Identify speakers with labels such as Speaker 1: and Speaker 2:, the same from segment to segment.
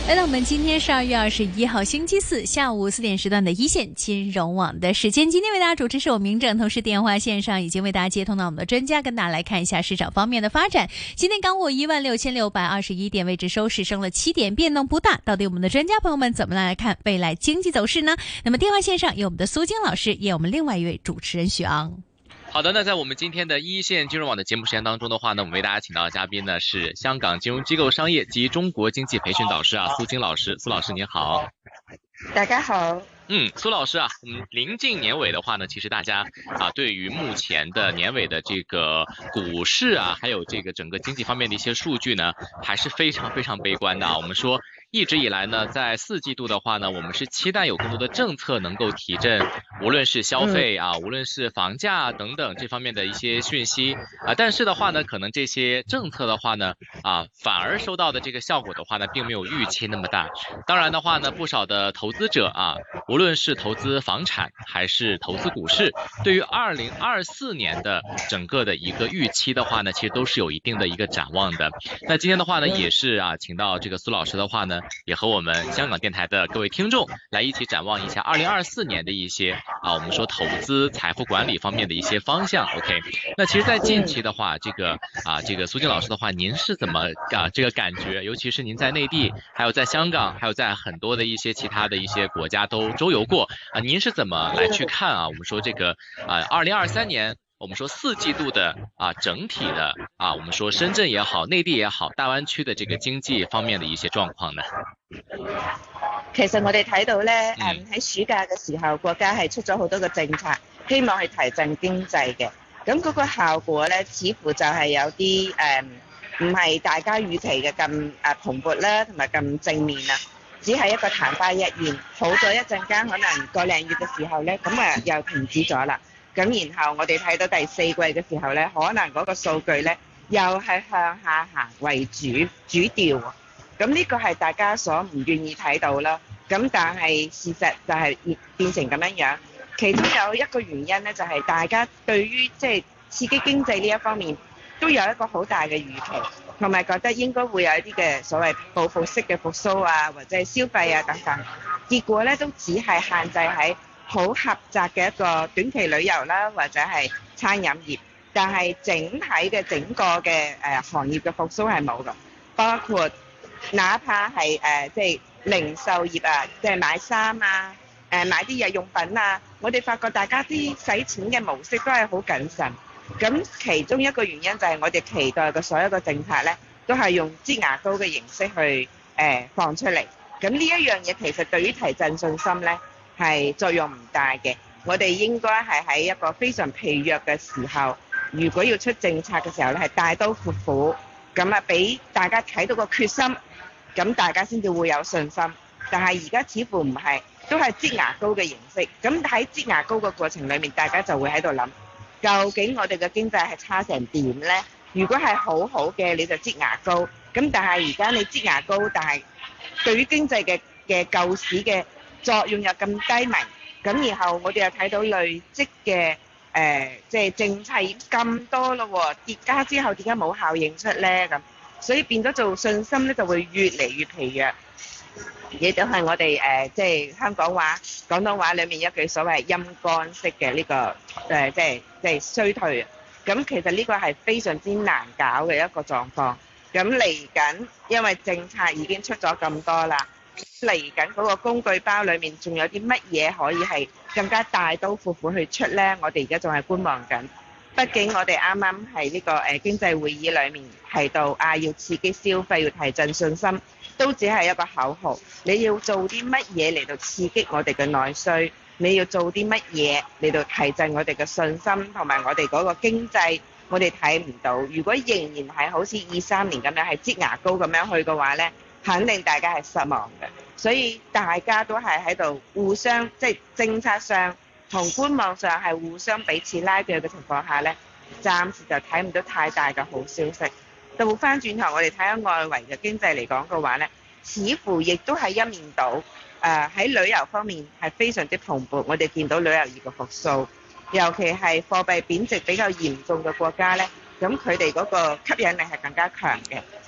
Speaker 1: 来到我们今天12月21号星期四下午4点时段的一线金融网的时间，今天为大家主持是我明正，同时电话线上已经为大家接通到我们的专家，跟大家来看一下市场方面的发展。今天港股16621点，位置收市升了7点，变动不大。到底我们的专家朋友们怎么来看未来经济走势呢？那么电话线上有我们的苏菁老师，也有我们另外一位主持人许昂。
Speaker 2: 好的，那在我们今天的一线金融网的节目时间当中的话呢，我们为大家请到的嘉宾呢是香港金融机构商业及中国经济培训导师苏菁老师。苏老师您好。
Speaker 3: 大家好。
Speaker 2: 苏老师临近年尾的话呢，其实大家对于目前的年尾的这个股市还有这个整个经济方面的一些数据呢，还是非常非常悲观的我们说一直以来呢，在4季度的话呢，我们是期待有更多的政策能够提振，无论是消费无论是房价等等这方面的一些讯息但是的话呢，可能这些政策的话呢反而收到的这个效果的话呢，并没有预期那么大。当然的话呢，不少的投资者无论是投资房产还是投资股市，对于2024年的整个的一个预期的话呢，其实都是有一定的一个展望的。那今天的话呢，也是请到这个苏老师的话呢，也和我们香港电台的各位听众来一起展望一下2024年的一些我们说投资财富管理方面的一些方向。 OK， 那其实在近期的话，这个苏菁老师的话，您是怎么这个感觉，尤其是您在内地还有在香港还有在很多的一些其他的一些国家都周游过您是怎么来去看我们说这个2023年我们说4季度的整体的我們說深圳也好內地也好大灣區的這個經濟方面的一些狀況呢？
Speaker 3: 其實我哋睇到咧喺暑假嘅時候，國家係出咗好多個政策，希望去提振經濟嘅。咁嗰個效果咧，似乎就係有啲唔係大家預期嘅咁蓬勃啦，同埋咁正面只係一個曇花一現，好咗一陣間，可能個零月嘅時候咧，咁又停止咗啦。咁然後我哋睇到第4季嘅時候咧，可能嗰個數據咧又係向下行為主調。咁呢個係大家所唔願意睇到啦。咁但係事實就係變成咁樣樣。其中有一個原因咧，就係大家對於即係刺激經濟呢一方面都有一個好大嘅預期，同埋覺得應該會有一啲嘅所謂報復式嘅復甦或者係消費等等。結果咧都只係限制喺好狹窄嘅一個短期旅遊啦，或者係餐飲業，但係整體嘅整個嘅行業嘅復甦係冇㗎，包括哪怕係即係零售業即係買衫買啲日用品我哋發覺大家啲使錢嘅模式都係好謹慎。咁其中一個原因就係我哋期待嘅所有嘅政策咧，都係用擠牙膏嘅形式去放出嚟。咁呢一樣嘢其實對於提振信心咧係作用唔大嘅。我哋應該係喺一個非常疲弱嘅時候，如果要出政策嘅時候咧，係大刀闊斧咁俾大家睇到個決心，咁大家先至會有信心。但係而家似乎唔係，都係擠牙膏嘅形式。咁喺擠牙膏嘅過程裡面，大家就會喺度諗，究竟我哋嘅經濟係差成點呢？如果係好好嘅，你就擠牙膏。咁但係而家你擠牙膏，但係對於經濟嘅救市嘅作用又咁低迷。咁然後我哋又睇到累積嘅即係政策已經咁多咯喎，疊加之後點解冇效應出呢？咁所以變咗做信心咧就會越嚟越疲弱。亦都係我哋即係香港話、廣東話裡面一句所謂陰乾式嘅呢個即係衰退。咁其實呢個係非常之難搞嘅一個狀況。咁嚟緊，因為政策已經出咗咁多啦，嚟緊嗰個工具包裡面仲有啲乜嘢可以係更加大刀闊斧去出呢？我哋而家仲係觀望緊。畢竟我哋啱啱喺呢個經濟會議裡面提到要刺激消費，要提振信心，都只係一個口號。你要做啲乜嘢嚟到刺激我哋嘅內需？你要做啲乜嘢嚟到提振我哋嘅信心同埋我哋嗰個經濟？我哋睇唔到。如果仍然係好似23年咁樣係擠牙膏咁樣去嘅話呢，肯定大家係失望嘅。所以大家都係喺度互相即係政策上同觀望上係互相彼此拉鋸嘅情況下呢，暫時就睇唔到太大嘅好消息。倒翻轉頭，我哋睇下外圍嘅經濟嚟講嘅話呢，似乎亦都係一面倒。喺旅遊方面係非常之蓬勃，我哋見到旅遊業嘅復甦，尤其係貨幣貶值比較嚴重嘅國家呢，咁佢哋嗰個吸引力係更加強嘅。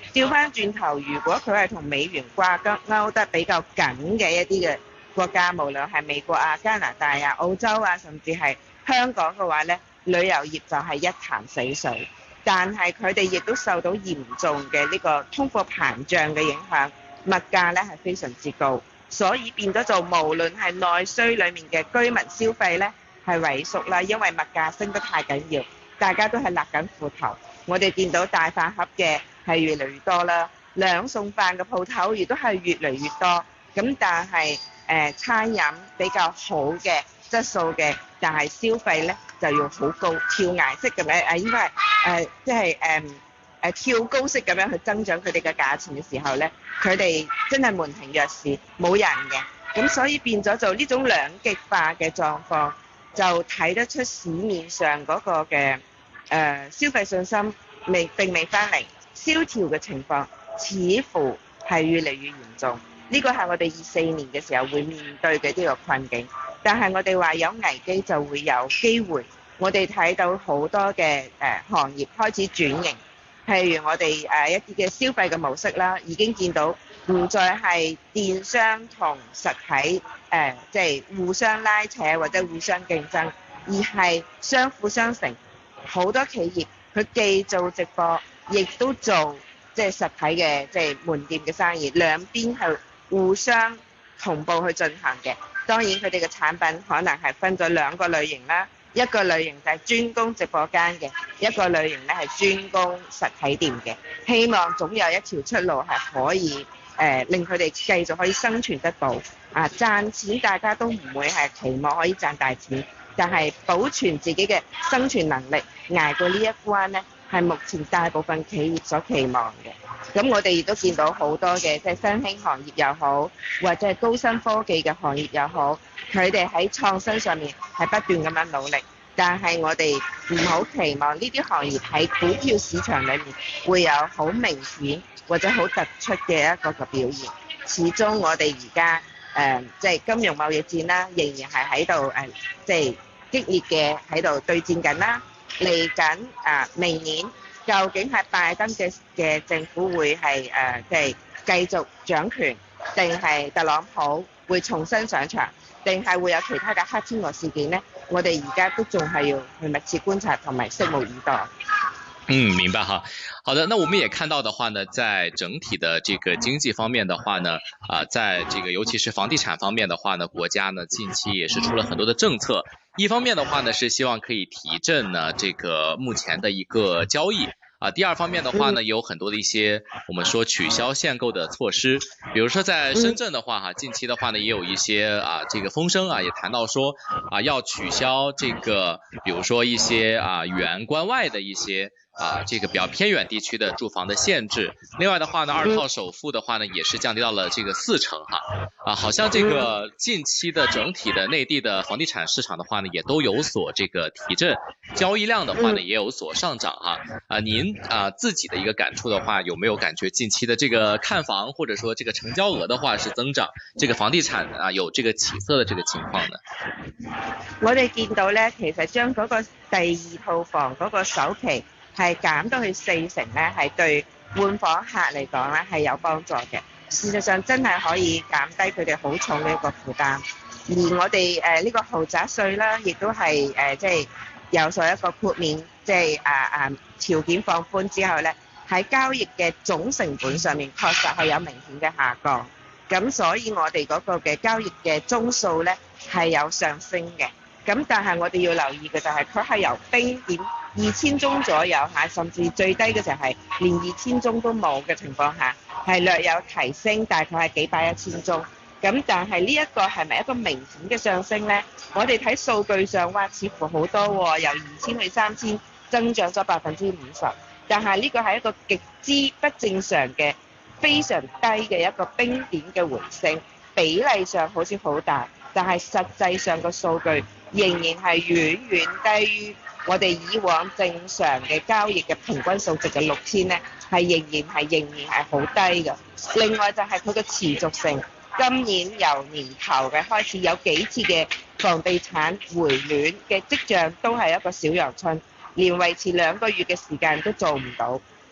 Speaker 3: 調翻轉頭，如果佢係同美元掛鈎得比較緊嘅一啲嘅國家，無論係美國啊、加拿大啊、澳洲啊，甚至係香港嘅話呢，旅遊業就係一潭死水。但係佢哋亦都受到嚴重嘅呢個通貨膨脹嘅影響，物價呢係非常之高，所以變咗就無論係內需裡面嘅居民消費呢係萎縮啦，因為物價升得太緊要，大家都係勒緊褲頭。我哋見到大飯盒嘅係越嚟越多啦，兩餸飯嘅鋪頭亦都係越嚟越多。咁但係餐飲比較好嘅質素嘅，但係消費咧就要好高，跳崖式咁樣應該係即係跳高式咁樣去增長佢哋嘅價錢嘅時候咧，佢哋真係門庭若市，冇人嘅。咁所以變咗就呢種兩極化嘅狀況，就睇得出市面上嗰個嘅消費信心並未翻嚟，蕭條嘅情況似乎係越嚟越嚴重。呢個係我哋24年嘅時候會面對嘅呢個困境。但係我哋話有危機就會有機會，我哋睇到好多嘅行業開始轉型，譬如我哋一啲嘅消費嘅模式啦，已經見到唔再係電商同實體即係互相拉扯或者互相競爭，而係相輔相成。好多企業佢既做直播，亦都做即係實體嘅即係門店嘅生意，兩邊係互相同步去進行嘅。當然佢哋嘅產品可能係分咗兩個類型啦，一個類型就係專攻直播間嘅，一個類型咧係專攻實體店嘅。希望總有一條出路係可以令佢哋繼續可以生存得到。賺錢大家都唔會係期望可以賺大錢，但係保存自己嘅生存能力，捱過呢一關呢，係目前大部分企業所期望嘅。咁我哋亦都見到好多嘅即係新興行業又好，或者係高新科技嘅行業又好，佢哋喺創新上面係不斷咁樣努力。但係我哋唔好期望呢啲行業喺股票市場裏面會有好明顯或者好突出嘅一個嘅表現。始終我哋而家即係金融貿易戰啦，仍然係喺度即係激烈嘅喺度對戰緊啦。嚟緊明年究竟係拜登嘅政府會係即係繼續掌權，定係特朗普會重新上場，定係會有其他嘅黑天鵝事件呢？我哋而家都仲係要去密切觀察同埋拭目以待。
Speaker 2: 明白哈。好的，那我們也看到的話呢，在整體的這個經濟方面的話呢，在這個尤其是房地產方面的話呢，國家呢近期也是出了很多的政策。一方面的話呢，是希望可以提振呢這個目前的一個交易。第二方面的話呢，有很多的一些我們說取消限購的措施，比如說在深圳的話近期的話呢，也有一些這個風聲也談到說要取消這個，比如說一些原關外的一些這個比較偏遠地區的住房的限制。另外的話呢，2套首付的話呢，也是降低到了這個4成好像這個近期的整體的內地的房地產市場的話呢，也都有所這個提振，交易量的話呢，也有所上漲您自己的一個感觸的話，有沒有感覺近期的這個看房或者說這個成交額的話是增長，這個房地產有這個起色的這個情況呢？
Speaker 3: 我哋見到呢，其實將嗰個第2套房嗰個首期係減到去4成呢，係對換房客嚟講呢係有幫助嘅。事實上真係可以減低佢哋好重嘅一個負擔。而我哋呢個豪宅稅啦，亦都係即係有所一個豁免，即係條件放寬之後呢，喺交易嘅總成本上面確實係有明顯嘅下降。咁所以我哋嗰個嘅交易嘅宗數呢係有上升嘅。咁但係我哋要留意嘅就係佢係由冰點2000宗左右甚至最低嘅就係連2000宗都冇嘅情況下，係略有提升，大概係幾百1000宗。咁但係呢一個係咪一個明顯嘅上升呢？我哋睇數據上似乎好多喎，由2000去3000增長咗50%，但係呢個係一個極之不正常嘅非常低嘅一個冰點嘅回升，比例上好似好大，但係實際上個數據仍然係遠遠低於我哋以往正常嘅交易嘅平均數值嘅6000呢，係仍然係好低嘅。另外就係佢嘅持續性，今年由年頭嘅開始有幾次嘅房地產回暖嘅跡象，都係一個小陽春，連維持2個月嘅時間都做唔到。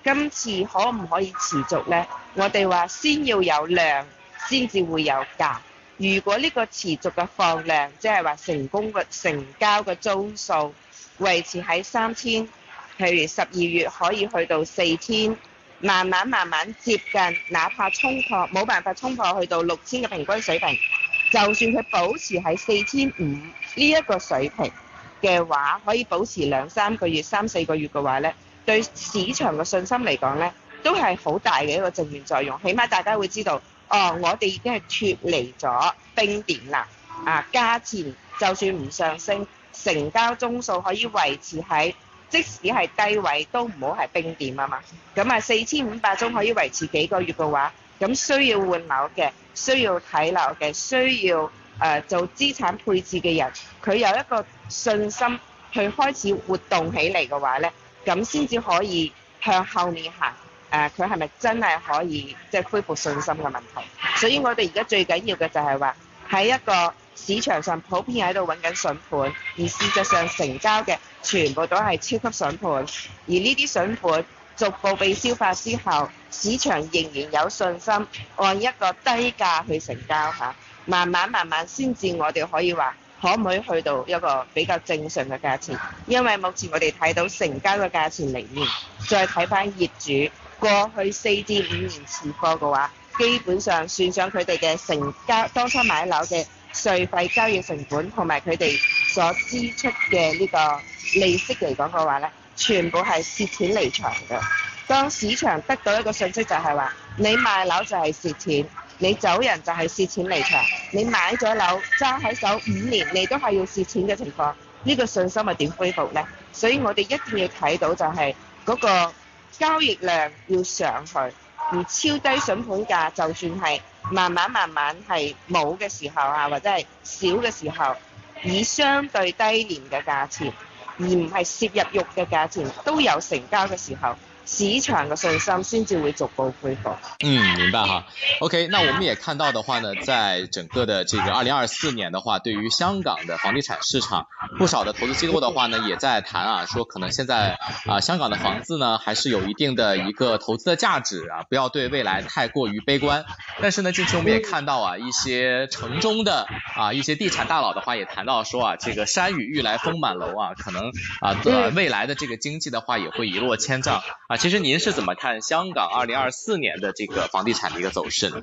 Speaker 3: 今次可唔可以持續呢？我哋話先要有量，先至會有價。如果呢個持續嘅放量，即係話成功嘅成交嘅宗數維持喺3000，譬如12月可以去到4000，慢慢接近，哪怕衝破冇辦法衝破去到6000嘅平均水平，就算佢保持喺4500呢一個水平嘅話，可以保持2-3個月、3-4個月嘅話呢，對市場嘅信心嚟講呢，都係好大嘅一個正面作用。起碼大家會知道，哦，我哋已經係脫離咗冰點啦。價錢就算唔上升，成交宗數可以維持喺，即使係低位都唔好係冰點啊嘛。咁4500宗可以維持幾個月嘅話，咁需要換樓嘅、需要睇樓嘅、需要做資產配置嘅人，佢有一個信心去開始活動起嚟嘅話呢，咁先至可以向後面行。佢係咪真係可以即係恢復信心嘅問題？所以我哋而家最緊要嘅就係話喺一個市場上普遍喺度揾緊筍盤，而事實上成交嘅全部都係超級筍盤，而呢啲筍盤逐步被消化之後，市場仍然有信心按一個低價去成交嚇，慢慢先至我哋可以話可唔可以去到一個比較正常嘅價錢。因為目前我哋睇到成交嘅價錢裡面，再睇翻業主過去4至5年持貨嘅話，基本上算上佢哋嘅成交當初買樓嘅稅費、交易成本同埋佢哋所支出嘅呢個利息嚟講嘅話呢，全部係蝕錢離場嘅。當市場得到一個信息就係話，你賣樓就係蝕錢，你走人就係蝕錢離場，你買咗樓揸喺手5年，你都係要蝕錢嘅情況，呢個信心係點恢復呢？所以我哋一定要睇到就係嗰個交易量要上去，而超低筍盤價就算係慢慢係冇嘅時候或者係少嘅時候，以相對低廉嘅價錢，而唔係攝入肉嘅價錢都有成交嘅時候，市場嘅信心先至會逐步恢復。
Speaker 2: 明白哈。OK， 那我們也看到的話呢，在整個的這個2024年的話，對於香港的房地產市場，不少的投資機構的話呢，也在談說可能現在香港的房子呢，還是有一定的一個投資的價值不要對未來太過於悲觀。但是呢，近期我們也看到一些城中的一些地產大佬的話，也談到說這個山雨欲來風滿樓可能未來的這個經濟的話，也會一落千丈。其實您是怎麼看香港2024年的這個房地產的一個走勢呢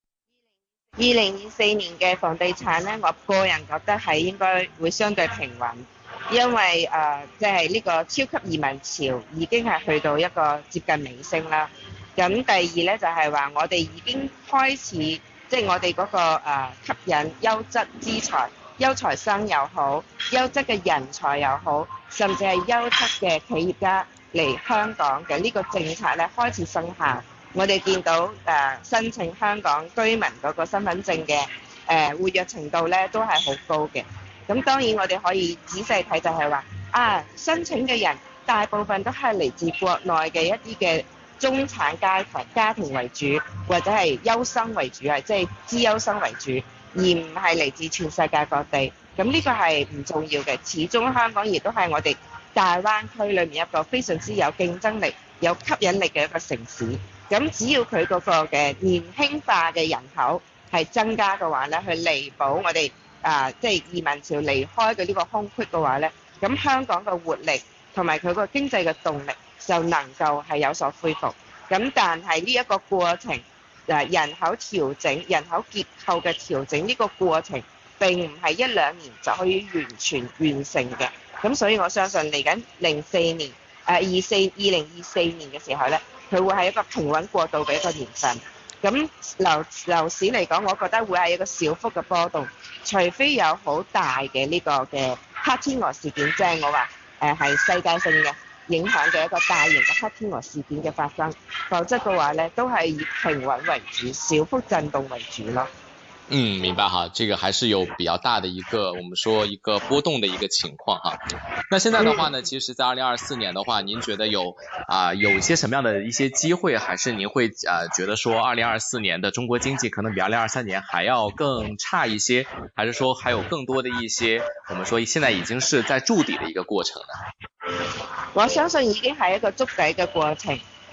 Speaker 3: ？2024年嘅房地產呢，我個人覺得係應該會相對平穩，因為即係呢個超級移民潮已經係去到一個接近尾聲啦。咁第二呢，就係話我哋已經開始，即係我哋嗰個吸引優質資產、優才生又好，優質嘅人才又好，甚至係優質嘅企業家嚟香港嘅呢個政策咧開始生效，我哋見到申請香港居民嗰個身份證嘅活躍程度咧都係好高嘅。咁當然我哋可以仔細睇就係話申請嘅人大部分都係嚟自國內嘅一啲嘅中產家庭為主，或者係優生為主即係資優生為主，而唔係嚟自全世界各地。咁呢個係唔重要嘅，始終香港亦都係我哋大灣區裏面一個非常之有競爭力、有吸引力嘅一個城市。咁只要佢嗰個嘅年輕化嘅人口係增加嘅話咧，去彌補我哋即係移民潮離開嘅呢個空隙嘅話咧，咁香港嘅活力同埋佢個經濟嘅動力就能夠係有所恢復。咁但係呢一個過程人口調整、人口結構嘅調整呢個過程並唔係1-2年就可以完全完成嘅。咁所以我相信嚟緊2024年嘅時候咧，佢會係一個平穩過渡嘅一個年份。咁樓市嚟講，我覺得會係一個小幅嘅波動，除非有好大嘅呢個嘅黑天鵝事件，即係我話係世界性嘅影響嘅一個大型嘅黑天鵝事件嘅發生，否則嘅話咧都係以平穩為主，小幅震動為主咯。
Speaker 2: 明白哈，這個還是有比較大的一個我們說一個波動的一個情況哈。那現在的話呢，其實在2024年的話，您覺得有一些什麼樣的一些機會，還是您會覺得說2024年的中國經濟可能比2023年還要更差一些，還是說還有更多的一些我們說現在已經是在築底的一個過程呢？
Speaker 3: 我相信已經係一個築底嘅過程。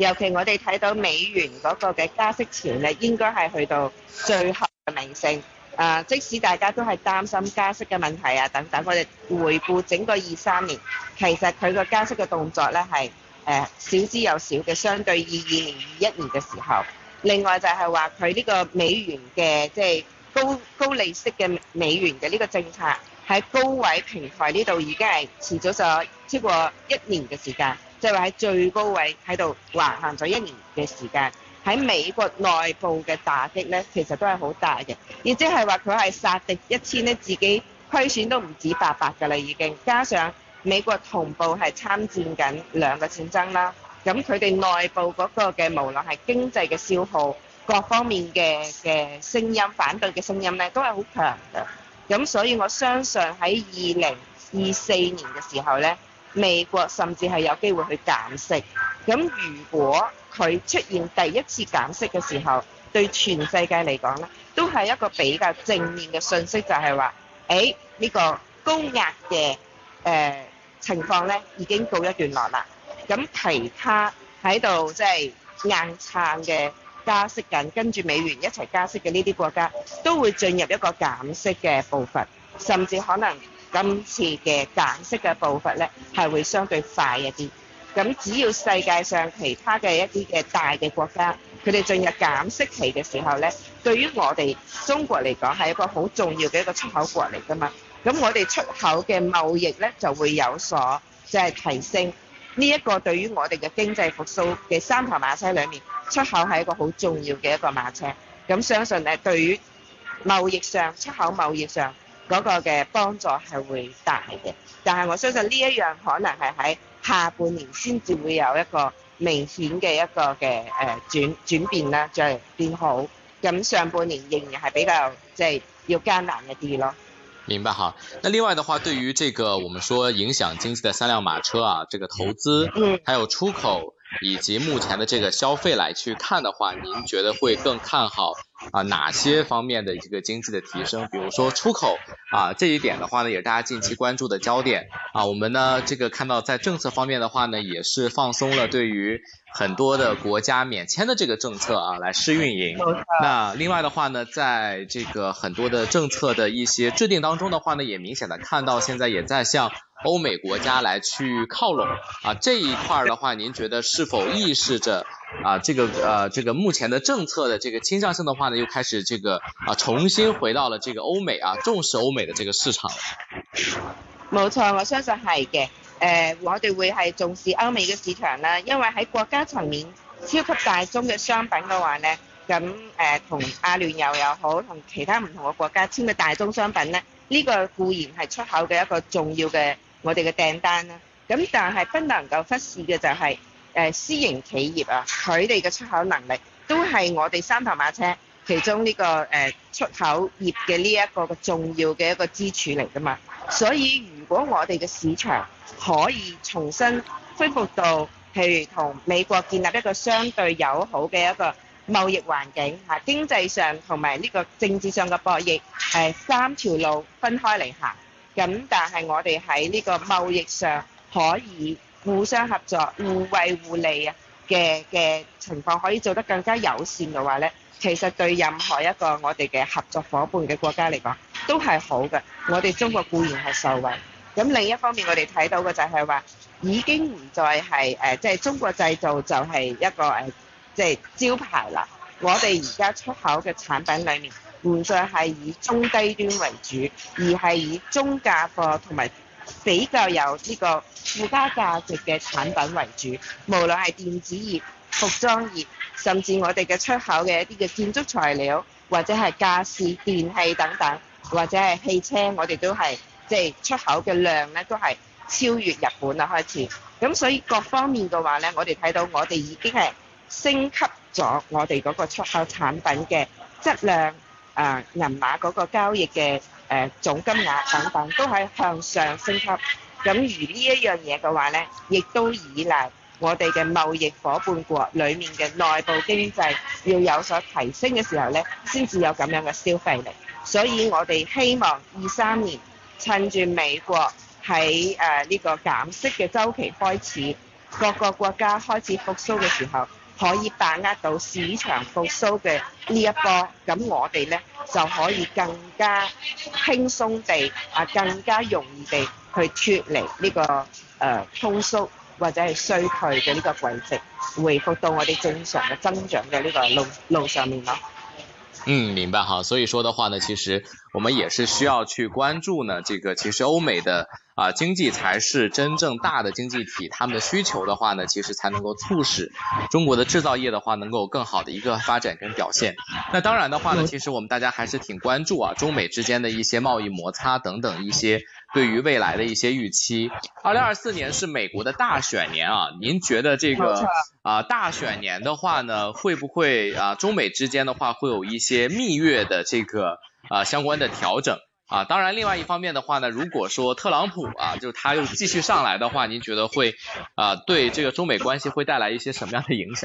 Speaker 3: 尤其我哋睇到美元嗰個嘅加息潮咧，應該係去到最後嘅尾聲。即使大家都係擔心加息嘅問題啊等等，我哋回顧整個23年，其實佢個加息嘅動作咧係少之又少嘅，相對22年、21年嘅時候。另外就係話佢呢個美元嘅即係高利息嘅美元嘅呢個政策喺高位平台呢度已經係持續咗超過1年嘅時間，即係話喺最高位喺度橫行咗1年嘅時間。喺美國內部嘅打擊咧，其實都係好大嘅，亦即係話佢係殺敵1千咧，自己虧損都唔止800㗎啦已經，加上美國同步係參戰緊2個戰爭啦，咁佢哋內部嗰個嘅無論係經濟嘅消耗，各方面嘅聲音反對嘅聲音咧，都係好強嘅。咁所以我相信喺2024年嘅時候咧，美國甚至係有機會去減息。咁如果佢出現第一次減息嘅時候，對全世界嚟講咧，都係一個比較正面嘅訊息，就係話，呢個高壓嘅情況咧已經告一段落啦。咁其他喺度即係硬撐嘅加息緊，跟住美元一齊加息嘅呢啲國家，都會進入一個減息嘅步伐，甚至可能今次嘅減息嘅步伐咧係會相對快一啲。咁只要世界上其他嘅一啲嘅大嘅國家，佢哋進入減息期嘅時候咧，對於我哋中國嚟講係一個好重要嘅一個出口國嚟㗎嘛。咁我哋出口嘅貿易咧就會有所即係提升。呢一個對於我哋嘅經濟復甦嘅三頭馬車裏面，出口係一個好重要嘅一個馬車。咁相信咧，對於貿易上出口貿易上嗰個嘅幫助係會大嘅。但係我相信呢一樣可能係喺下半年先至會有一個明顯嘅一個嘅轉變啦，再變好。咁上半年仍然係比較即係要艱難一啲咯。
Speaker 2: 明白哈。那另外的話，對於這個我們說影響經濟的三輛馬車啊，這個投資，還有出口以及目前的這個消費來去看的話，您覺得會更看好哪些方面的這個經濟的提升？比如說出口這一點的話呢，也是大家近期關注的焦點我們呢這個看到在政策方面的話呢，也是放鬆了對於很多的國家免簽的這個政策來試運營。那另外的話呢，在這個很多的政策的一些制定當中的話呢，也明顯的看到現在也在向歐美國家來去靠攏這一塊的話，您覺得是否意示着這個目前的政策的這個傾向性的話呢，又開始這個重新回到了這個歐美重視歐美的這個市場？
Speaker 3: 冇錯，我相信係嘅。我哋會係重視歐美嘅市場啦，因為喺國家層面超級大宗嘅商品嘅話呢，咁同阿聯酋又好，同其他唔同嘅國家簽嘅大宗商品呢，呢個固然係出口嘅一個重要嘅我哋嘅訂單啦。咁但係不能夠忽視嘅就係私營企業佢哋嘅出口能力都係我哋三頭馬車其中呢個出口業嘅呢一個重要嘅一個支柱嚟㗎嘛。所以如果我哋嘅市場可以重新恢復到譬如同美國建立一個相對友好嘅一個貿易環境經濟上同埋呢個政治上嘅博弈三條路分開嚟行。咁但係我哋喺呢個貿易上可以互相合作、互惠互利嘅情況可以做得更加友善嘅話呢，其實對任何一個我哋嘅合作夥伴嘅國家嚟講都係好嘅。我哋中國固然係受惠，咁另一方面我哋睇到嘅就係話已經唔再係即係中國製造就係一個即係招牌啦。我哋而家出口嘅產品裡面唔再係以中低端為主，而係以中價貨同埋比較有呢個附加價值嘅產品為主。無論係電子業、服裝業，甚至我哋嘅出口嘅一啲嘅建築材料，或者係家私、電器等等，或者係汽車，我哋都係即係出口嘅量咧，都係超越日本啦開始。咁所以各方面嘅話咧，我哋睇到我哋已經係升級咗我哋嗰個出口產品嘅質量，銀碼嗰個交易嘅總金額等等，都係向上升級。咁而呢一樣嘢嘅話咧，亦都依賴我哋嘅貿易夥伴國裡面嘅內部經濟要有所提升嘅時候咧，先至有咁樣嘅消費力。所以我哋希望23年趁住美國喺呢個減息嘅週期開始， 各個國家開始復甦嘅時候，可以把握到市場復甦嘅呢一波，咁我哋咧就可以更加輕鬆地更加容易地去脫離呢個通縮或者係衰退嘅呢個軌跡，回復到我哋正常嘅增長嘅呢個路上面咯。
Speaker 2: 明白哈。所以說的話呢，其實我們也是需要去關注呢，這個其實歐美的經濟才是真正大的經濟體，他們的需求的話呢，其實才能夠促使中國的製造業的話能夠有更好的一個發展跟表現。那當然的話呢，其實我們大家還是挺關注中美之間的一些貿易摩擦等等一些對於未來的一些預期。2024年是美國的大選年您覺得這個大選年的話呢，會不會中美之間的話會有一些蜜月的這個相關的調整？當然另外一方面的話呢，如果說特朗普就他又繼續上來的話，您覺得會對這個中美關係會帶來一些什麼樣的影響？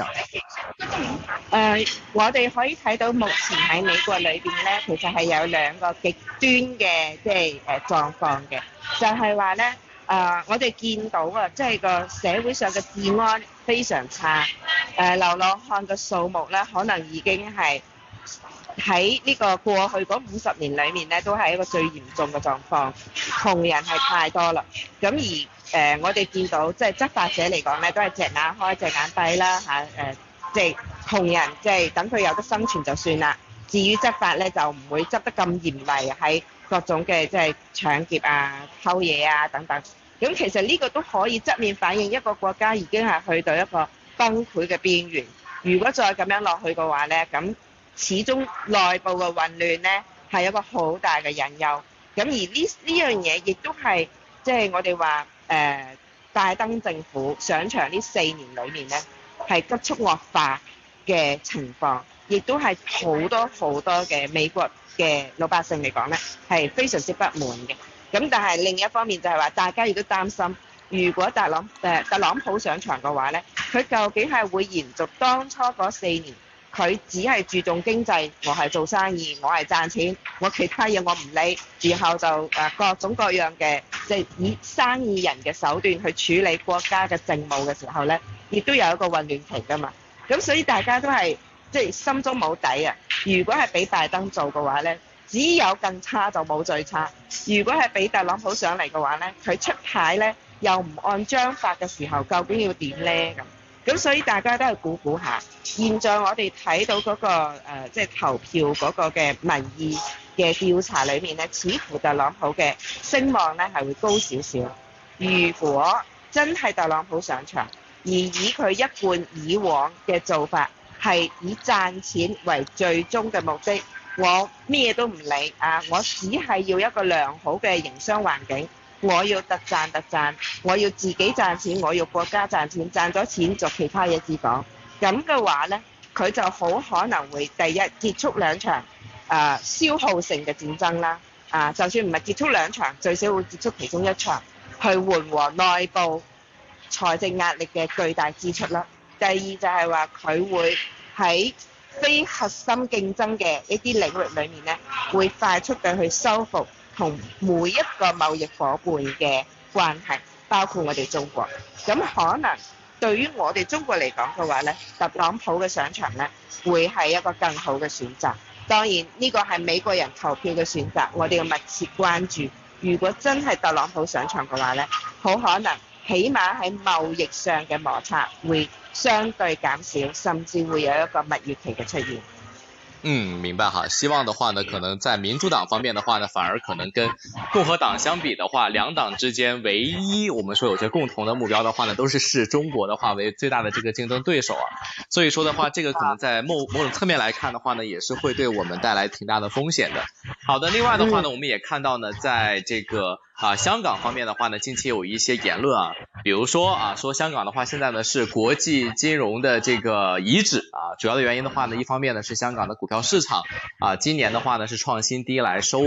Speaker 3: 我哋可以睇到目前喺美國裏邊咧，其實係有兩個極端嘅即係狀況嘅，就係話咧我哋見到即係個社會上嘅治安非常差，流浪漢嘅數目咧可能已經係喺呢個過去嗰50年裏面咧，都係一個最嚴重嘅狀況，窮人係太多啦。咁而我哋見到即係執法者嚟講咧，都係隻眼開隻眼閉啦即係窮人即係等佢有得生存就算啦。至於執法咧，就唔會執得咁嚴厲喺各種嘅即係搶劫偷嘢等等。咁其實呢個都可以側面反映一個國家已經係去到一個崩潰嘅邊緣。如果再咁樣落去嘅話咧，咁始終內部嘅混亂咧係一個好大嘅隱憂。咁而呢樣嘢亦都係即係我哋話拜登政府上場呢4年裏面咧係急速惡化嘅情況，亦都係好多嘅美國嘅老百姓嚟講咧係非常之不滿嘅。咁但係另一方面就係話，大家亦都擔心，如果特朗普上場嘅話咧，佢究竟係會延續當初嗰4年？佢只係注重經濟，我係做生意，我係賺錢，我其他嘢我唔理，然後就各種各樣嘅即係以生意人嘅手段去處理國家嘅政務嘅時候呢，亦都有一個混亂期㗎嘛。咁所以大家都係即係心中冇底啊。如果係俾拜登做嘅話呢，只有更差就冇最差。如果係俾特朗普上嚟嘅話呢，佢出牌呢又唔按章法嘅時候，究竟要點呢？咁所以大家都係估下。現在我哋睇到嗰個即係投票嗰個嘅民意嘅調查裏面咧，似乎特朗普嘅聲望咧係會高少少。如果真係特朗普上場，而以佢一貫以往嘅做法係以賺錢為最終嘅目的，我咩都唔理我只係要一個良好嘅營商環境。我要特賺，我要自己賺錢，我要國家賺錢，賺咗錢做其他嘢至講。咁嘅話呢，佢就好可能會第一結束2場消耗性嘅戰爭啦。就算唔係結束2場，最少會結束其中1場，去緩和內部財政壓力嘅巨大支出啦。第二就係話佢會喺非核心競爭嘅一啲領域裏面呢，會快速地去修復同每一個貿易夥伴嘅關係，包括我哋中國。咁可能對於我哋中國嚟講嘅話呢，特朗普嘅上場呢會係一個更好嘅選擇。當然呢個係美國人投票嘅選擇，我哋要密切關注。如果真係特朗普上場嘅話呢，好可能起碼喺貿易上嘅摩擦會相對減少，甚至會有一個蜜月期嘅出現。
Speaker 2: 明白哈。希望的話呢，可能在民主黨方面的話呢，反而可能跟共和黨相比的話，兩黨之間唯一我們說有些共同的目標的話呢，都是視中國的話為最大的這個競爭對手所以說的話，這個可能在某種側面來看的話呢，也是會對我們帶來挺大的風險的。好的，另外的話呢，我們也看到呢，在這個香港方面的話呢，近期有一些言論比如說說香港的話現在呢是國際金融的這個遺址主要的原因的話呢，一方面呢是香港的股票市場今年的話呢是創新低來收尾。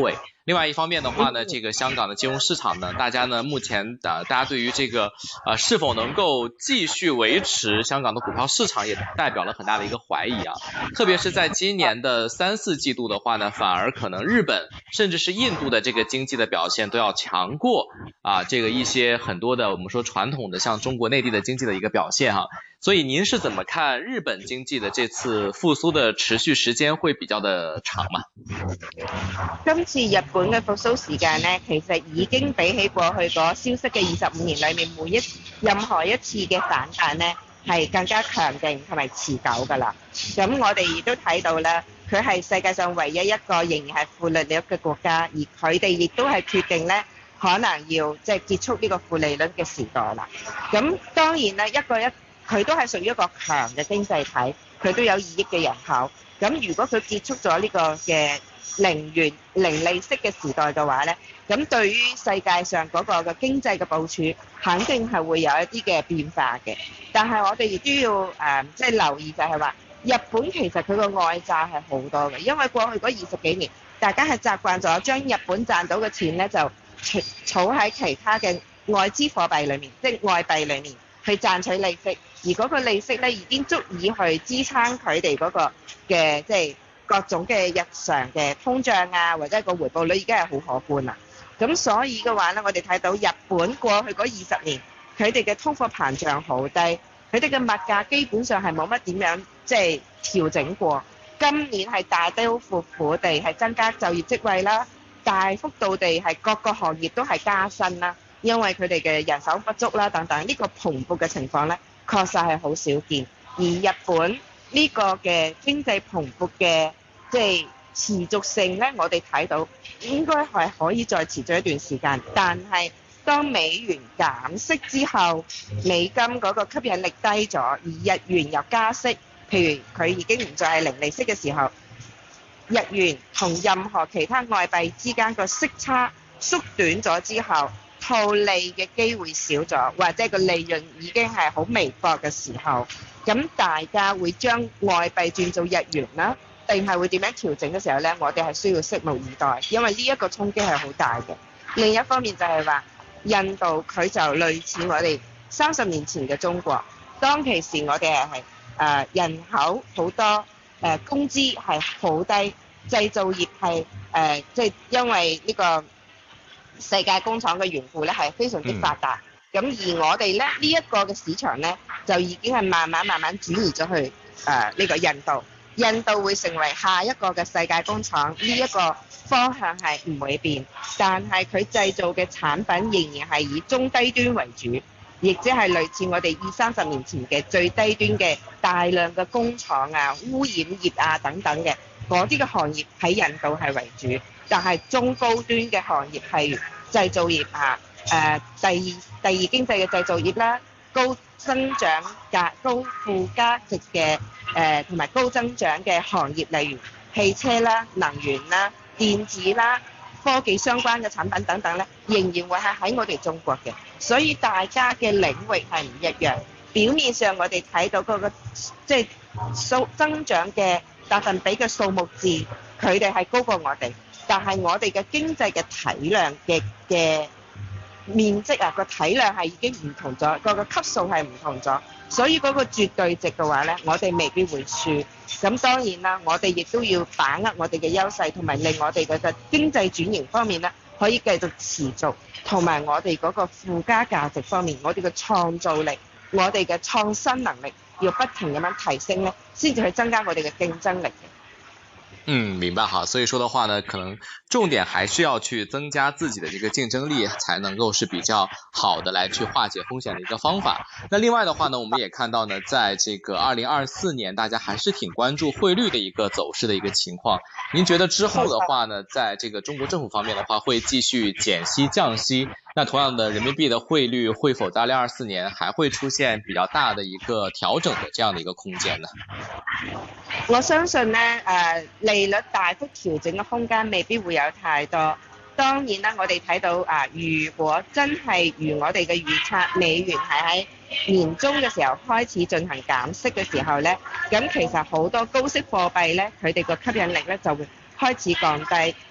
Speaker 2: 另外一方面的话呢，这个香港的金融市场呢，大家呢目前大家对于这个是否能够继续维持香港的股票市场也代表了很大的一个怀疑啊。特别是在今年的3、4季度的话呢，反而可能日本甚至是印度的这个经济的表现都要强过这个一些很多的我们说传统的像中国内地的经济的一个表现哈。所以您是怎么看日本经济的这次復甦的持續時間會比較的長嗎？
Speaker 3: 今次日本嘅復甦時間呢，其實已經比起過去嗰消失嘅25年裏面任何一次嘅反彈呢，係更加強勁同埋持久㗎啦。咁我哋亦都睇到啦，佢係世界上唯一一個仍然係負利率嘅國家，而佢哋亦都係決定呢，可能要即係結束呢個負利率嘅時代啦。咁當然啦，佢都係屬於一個強嘅經濟體，佢都有2億嘅人口。咁如果佢結束咗呢個嘅零利息嘅時代嘅話呢，咁對於世界上嗰個嘅經濟嘅部署，肯定係會有一啲嘅變化嘅。但係我哋亦都要即係留意就係話，日本其實佢個外債係好多嘅，因為過去嗰20幾年，大家係習慣咗將日本賺到嘅錢呢，就儲喺其他嘅外資貨幣裏面，即係外幣裏面去賺取利息。而嗰個利息咧已經足以去支撐佢哋嗰個嘅即係各種嘅日常嘅通脹啊，或者個回報率已經係好可觀啦。咁所以嘅話咧，我哋睇到日本過去嗰20年，佢哋嘅通貨膨脹好低，佢哋嘅物價基本上係冇乜點樣即係調整過。今年係大刀闊斧地係增加就業職位啦，大幅度地係各個行業都係加薪啦，因為佢哋嘅人手不足啦等等，呢個蓬勃嘅情況咧，確實係好少見，而日本呢個嘅經濟蓬勃嘅即係持續性呢，我哋睇到應該係可以再持續一段時間。但係當美元減息之後，美金嗰個吸引力低咗，而日元又加息，譬如佢已經唔再係零利息嘅時候，日元同任何其他外幣之間個息差縮短咗之後，套利嘅機會少咗，或者個利潤已經係好微薄嘅時候，咁大家會將外幣轉做日元啦，定係會點樣調整嘅時候呢？我哋係需要拭目以待，因為呢一個衝擊係好大嘅。另一方面就係話，印度佢就類似我哋30年前嘅中國，當其時我哋係人口好多，工資係好低，製造業係即係因為呢個世界工廠嘅緣故咧係非常之發達，咁而我哋咧呢一個嘅市場咧就已經係慢慢轉移咗去呢個印度，印度會成為下一個嘅世界工廠，呢一個方向係唔會變，但係佢製造嘅產品仍然係以中低端為主，亦即係類似我哋20-30年前嘅最低端嘅大量嘅工廠啊、污染業啊等等嘅嗰啲嘅行業喺印度係為主。但係中高端嘅行業係製造業第二經濟嘅製造業啦，高增長高附加值嘅同埋高增長嘅行業，例如汽車啦、能源啦、電子啦、科技相關嘅產品等等咧，仍然會係喺我哋中國嘅，所以大家嘅領域係唔一樣。表面上我哋睇到嗰個即係增長嘅百分比嘅數目字，佢哋係高過我哋。但係我哋嘅經濟嘅體量嘅面積個體量係已經唔同咗，個級數係唔同咗，所以嗰個絕對值嘅話呢，我哋未必會輸。咁當然啦，我哋亦都要把握我哋嘅優勢，同埋令我哋嘅經濟轉型方面呢可以繼續持續，同埋我哋嗰個附加價值方面，我哋嘅創造力、我哋嘅創新能力要不停咁樣提升呢，先至去增加我哋嘅競爭力。
Speaker 2: 明白哈，所以說的話呢，可能重點還是要去增加自己的這個競爭力，才能夠是比較好的來去化解風險的一個方法。那另外的話呢，我們也看到呢，在這個2024年，大家還是挺關注匯率的一個走勢的一個情況。您覺得之後的話呢，在這個中國政府方面的話，會繼續減息降息？那同樣的人民幣的匯率會否在2024年還會出現比較大的一個調整的這樣的一個空間呢？
Speaker 3: 我相信呢，利率大幅調整嘅空間未必會有太多。當然啦，我哋睇到如果真係如我哋嘅預測，美元係喺年中嘅時候開始進行減息嘅時候呢，咁其實好多高息貨幣呢，佢哋個吸引力呢就會開始降低。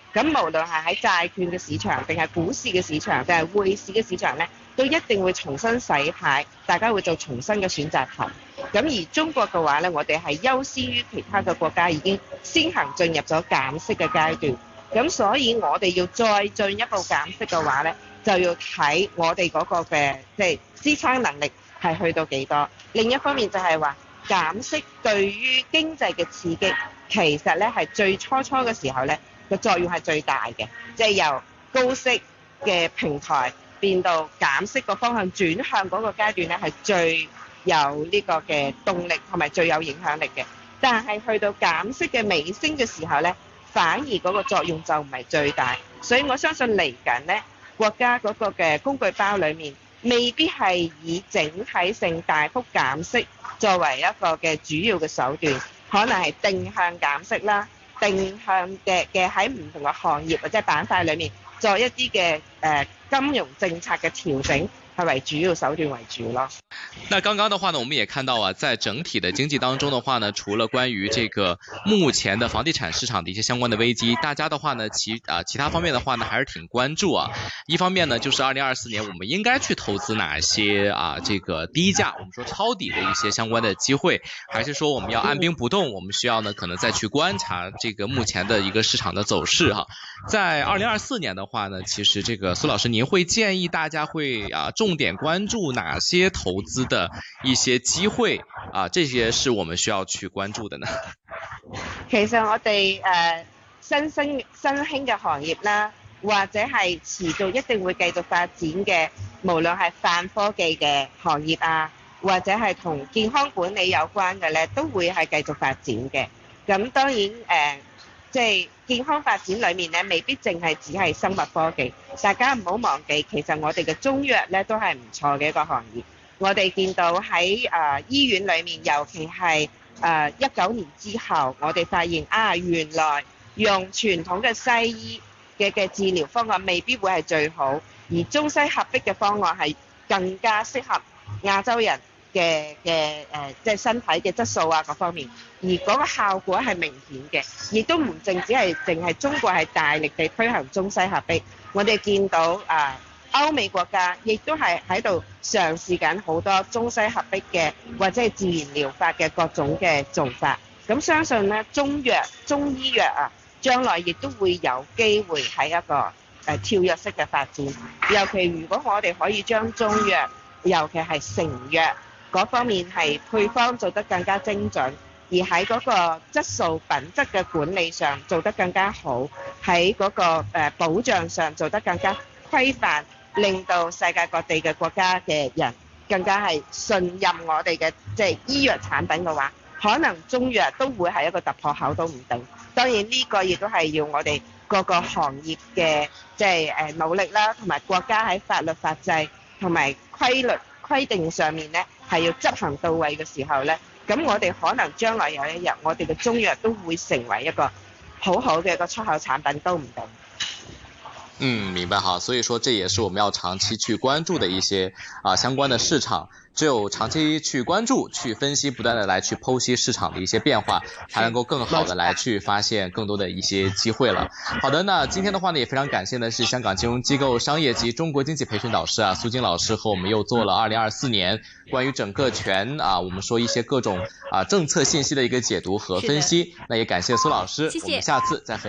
Speaker 3: 咁無論係喺債券嘅市場，定係股市嘅市場，定係匯市嘅市場咧，都一定會重新洗牌，大家會做重新嘅選擇題。咁而中國嘅話咧，我哋係優先於其他嘅國家，已經先行進入咗減息嘅階段。咁所以我哋要再進一步減息嘅話咧，就要睇我哋嗰個嘅即係支撐能力係去到幾多。另一方面就係話減息對於經濟嘅刺激，其實咧係最初嘅時候咧個作用係最大嘅，即係由高息嘅平台變到減息個方向轉向嗰個階段咧，係最有呢個嘅動力同埋最有影響力嘅。但係去到減息嘅尾聲嘅時候咧，反而嗰個作用就唔係最大。所以我相信嚟緊咧，國家嗰個嘅工具包裡面未必係以整體性大幅減息作為一個嘅主要嘅手段，可能係定向減息啦，定向嘅喺唔同嘅行業或者板塊裏面做一啲嘅金融政策嘅調整，係為主要手段為主咯。
Speaker 2: 那剛剛的話呢，我們也看到啊，在整體的經濟當中的話呢，除了關於這個目前的房地產市場的一些相關的危機，大家的話呢，其他方面的話呢，還是挺關注啊。一方面呢，就是2024年我們應該去投資哪些這個低價，我們說抄底的一些相關的機會，還是說我們要按兵不動，我們需要呢可能再去觀察這個目前的一個市場的走勢哈。在2024年的話呢，其實這個蘇老師，您會建議大家會重點關注哪些投資的一些機會這些是我們需要去關注的呢？
Speaker 3: 其實我哋新興嘅行業啦，或者係持續一定會繼續發展嘅，無論係泛科技嘅行業啊，或者係同健康管理有關嘅咧，都會係繼續發展嘅。咁當然即係健康發展裏面咧，未必淨係只係生物科技。大家唔好忘記，其實我哋嘅中藥咧都係唔錯嘅一個行業。我哋見到喺醫院裏面，尤其係19年之後，我哋發現原來用傳統嘅西醫嘅治療方案未必會係最好，而中西合璧嘅方案係更加適合亞洲人嘅即係身體嘅質素各方面，而嗰個效果係明顯嘅，亦都唔淨係中國係大力地推行中西合璧。我哋見到歐美國家亦都係喺度嘗試緊好多中西合璧嘅或者係自然療法嘅各種嘅做法。咁相信咧，中醫藥將來亦都會有機會喺一個跳躍式嘅發展。尤其如果我哋可以將中藥，尤其係成藥嗰方面係配方做得更加精準，而喺嗰個質素品質嘅管理上做得更加好，喺嗰個保障上做得更加規範，令到世界各地嘅國家嘅人更加係信任我哋嘅即係醫藥產品嘅話，可能中藥都會係一個突破口都唔定。當然呢個亦都係要我哋各個行業嘅即係努力啦，同埋國家喺法律法制同埋規定上面咧係要執行到位嘅時候咧，咁我哋可能將來有一日我哋嘅中藥都會成為一個好好嘅一個出口產品都唔定。
Speaker 2: 明白哈，所以說這也是我們要長期去關注的一些相關的市場，只有長期去關注、去分析、不斷的來去剖析市場的一些變化，才能夠更好的來去發現更多的一些機會了。好的，那今天的話呢，也非常感謝的是香港金融機構商業及中國經濟培訓導師蘇菁老師和我們又做了2024年關於整個我們說一些各種政策信息的一個解讀和分析。那也感謝蘇老師，我們下次再分。